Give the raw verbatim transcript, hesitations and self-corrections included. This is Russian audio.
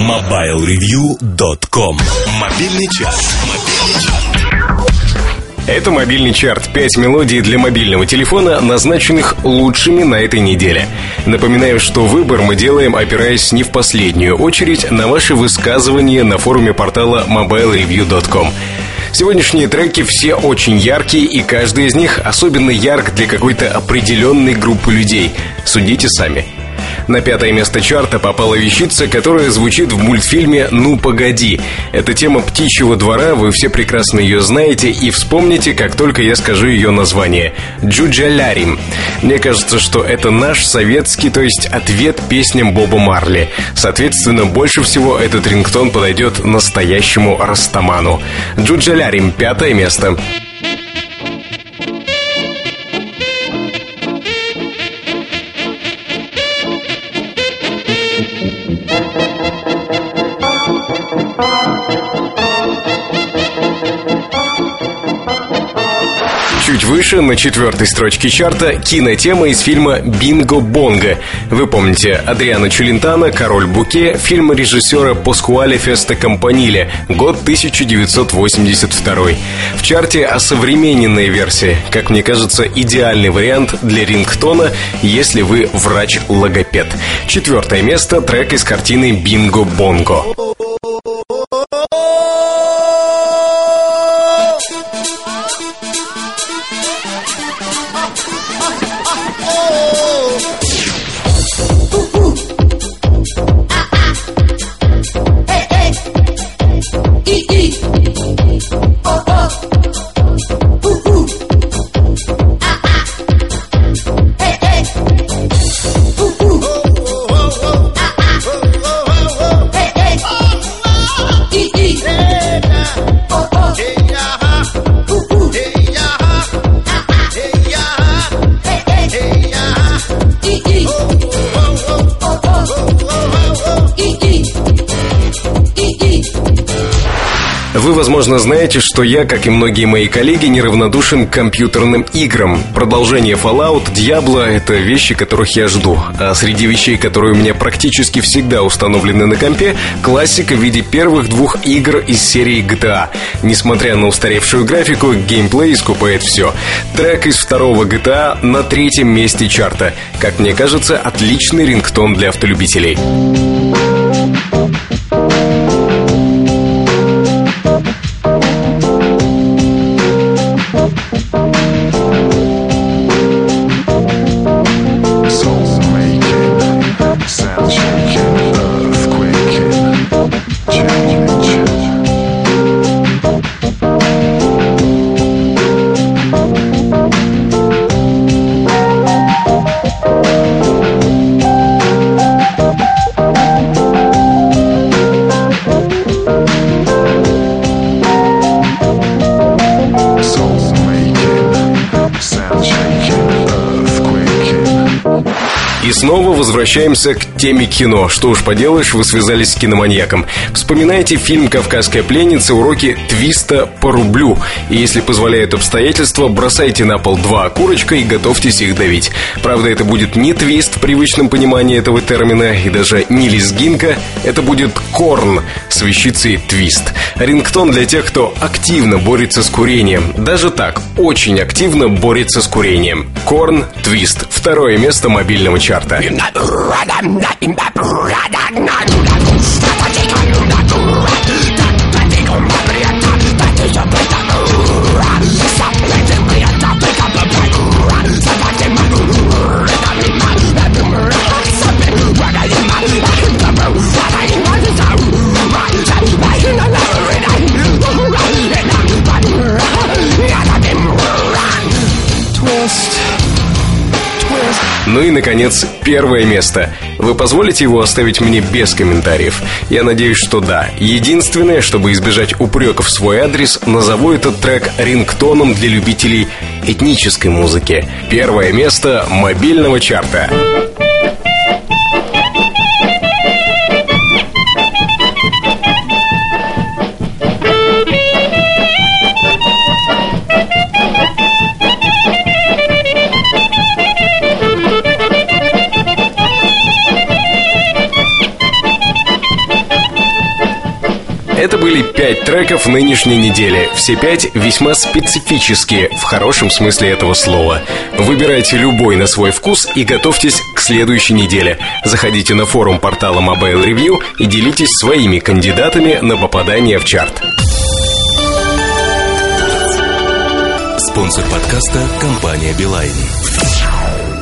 мобайл ревью точка ком. Мобильный час. Это мобильный чарт. Пять мелодий для мобильного телефона, назначенных лучшими на этой неделе. Напоминаю, что выбор мы делаем, опираясь не в последнюю очередь на ваши высказывания на форуме портала мобайл ревью точка ком. Сегодняшние треки все очень яркие, и каждый из них особенно ярк для какой-то определенной группы людей. Судите сами. На пятое место чарта попала вещица, которая звучит в мультфильме «Ну, погоди». Это тема «Птичьего двора», вы все прекрасно ее знаете и вспомните, как только я скажу ее название. «Джуджалярим». Мне кажется, что это наш советский, то есть ответ песням Боба Марли. Соответственно, больше всего этот рингтон подойдет настоящему растаману. «Джуджалярим», пятое место. Чуть выше, на четвертой строчке чарта, кинотема из фильма «Бинго-бонго». Вы помните Адриано Челентано, «Король буке», фильм режиссера Паскуале Феста Кампаниле, год тысяча девятьсот восемьдесят второй. В чарте осовремененная версия, как мне кажется, идеальный вариант для рингтона, если вы врач-логопед. Четвертое место, трек из картины «Бинго-бонго». Вы, возможно, знаете, что я, как и многие мои коллеги, неравнодушен к компьютерным играм. Продолжение Fallout, Diablo — это вещи, которых я жду. А среди вещей, которые у меня практически всегда установлены на компе, классика в виде первых двух игр из серии джи ти эй. Несмотря на устаревшую графику, геймплей искупает все. Трек из второго джи ти эй на третьем месте чарта. Как мне кажется, отличный рингтон для автолюбителей. И снова возвращаемся к теме кино. Что уж поделаешь, вы связались с киноманьяком. Вспоминайте фильм «Кавказская пленница», уроки твиста по рублю. И если позволяют обстоятельства, бросайте на пол два окурочка и готовьтесь их давить. Правда, это будет не твист в привычном понимании этого термина, и даже не лезгинка. Это будет корн с вещицей твист. Рингтон для тех, кто активно борется с курением. Даже так, очень активно борется с курением. Корн, твист. Второе место мобильного чарта. Ну и, наконец, первое место. Вы позволите его оставить мне без комментариев? Я надеюсь, что да. Единственное, чтобы избежать упреков в свой адрес, назову этот трек рингтоном для любителей этнической музыки. Первое место мобильного чарта. Это были пять треков нынешней недели. Все пять весьма специфические, в хорошем смысле этого слова. Выбирайте любой на свой вкус и готовьтесь к следующей неделе. Заходите на форум портала Mobile Review и делитесь своими кандидатами на попадание в чарт. Спонсор подкаста — компания Билайн.